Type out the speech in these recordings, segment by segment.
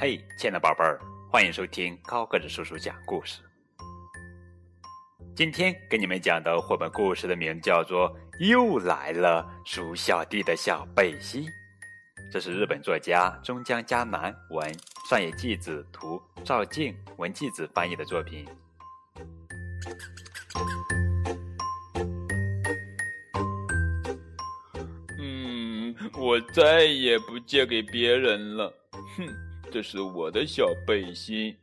嘿，亲爱的宝贝儿，欢迎收听高个子叔叔讲故事。今天给你们讲的绘本故事的名叫做《又来了鼠小弟的小背心》，这是日本作家中江嘉南文，上野纪子图，赵静、文纪子翻译的作品。 我再也不借给别人了。这是我的小背心。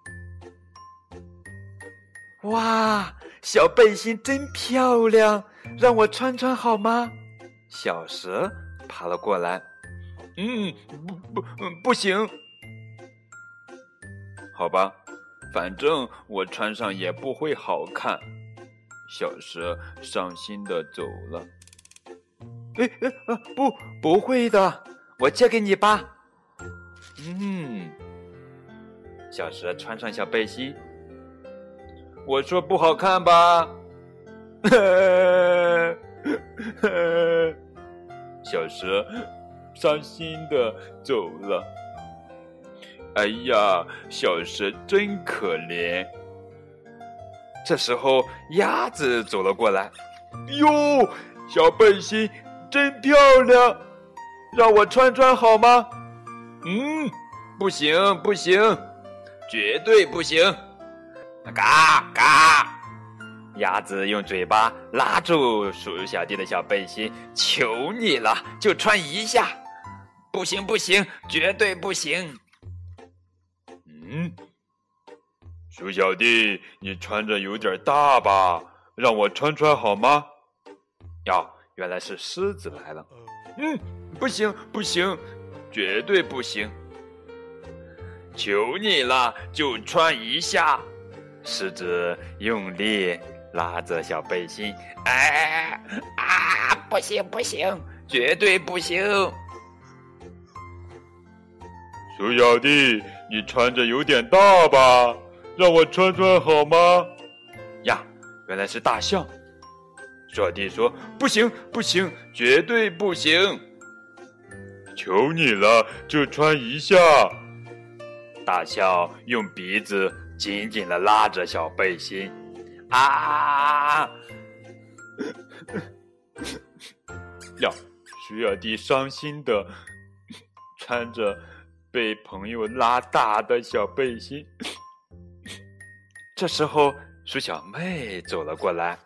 哇，小背心真漂亮，让我穿穿好吗？小蛇爬了过来。 不行。 好吧， 反正我穿上也不会好看。小蛇伤心地走了。 不会的，我借给你吧。小蛇穿上小背心。 我说不好看吧？小蛇伤心地走了。哎呀，小蛇真可怜。 这时候鸭子走了过来。 哟，小背心真漂亮，让我穿穿好吗？不行，绝对不行！ 嘎嘎！鸭子用嘴巴拉住鼠小弟的小背心，求你了，就穿一下！ 不行，绝对不行！鼠小弟，你穿着有点大吧？让我穿穿好吗？ 原来是狮子来了。 不行，绝对不行！求你了，就穿一下！ 狮子用力拉着小背心。 不行，绝对不行！鼠小弟，你穿着有点大吧？让我穿穿好吗？ 原来是大象。 小弟说不行，绝对不行！求你了，就穿一下！ 大象用鼻子紧紧地拉着小背心。 鼠小弟伤心地穿着被朋友拉大的小背心。 这时候鼠小妹走了过来。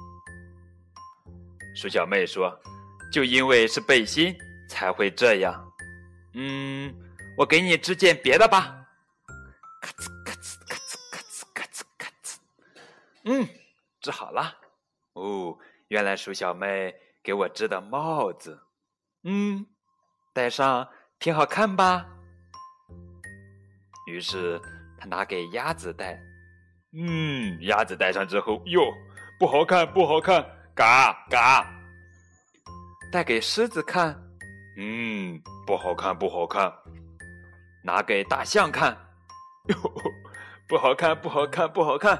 鼠小妹说，就因为是背心才会这样。我给你织件别的吧。咔呲咔呲咔呲咔呲咔呲咔呲。织好了。原来鼠小妹给我织的帽子。戴上挺好看吧？于是她拿给鸭子戴。 鸭子戴上之后，不好看，嘎嘎！ 戴给狮子看。 不好看。 拿给大象看。 不好看。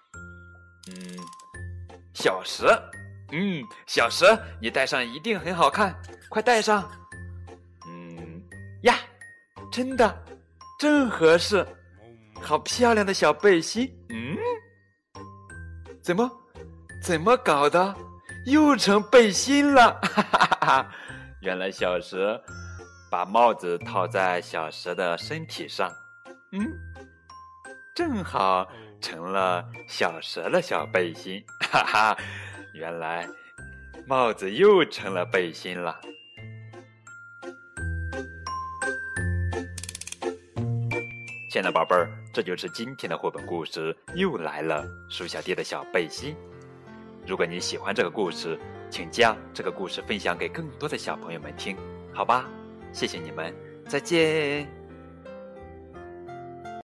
小蛇。小蛇，你戴上一定很好看，快戴上。真的，正合适，好漂亮的小背心。怎么搞的？又成背心了！原来小蛇把帽子套在小蛇的身体上，正好成了小蛇的小背心。原来帽子又成了背心了。亲爱的宝贝儿，这就是今天的绘本故事，又来了鼠小弟的小背心。如果你喜欢这个故事，请将这个故事分享给更多的小朋友们听，好吧？谢谢你们，再见。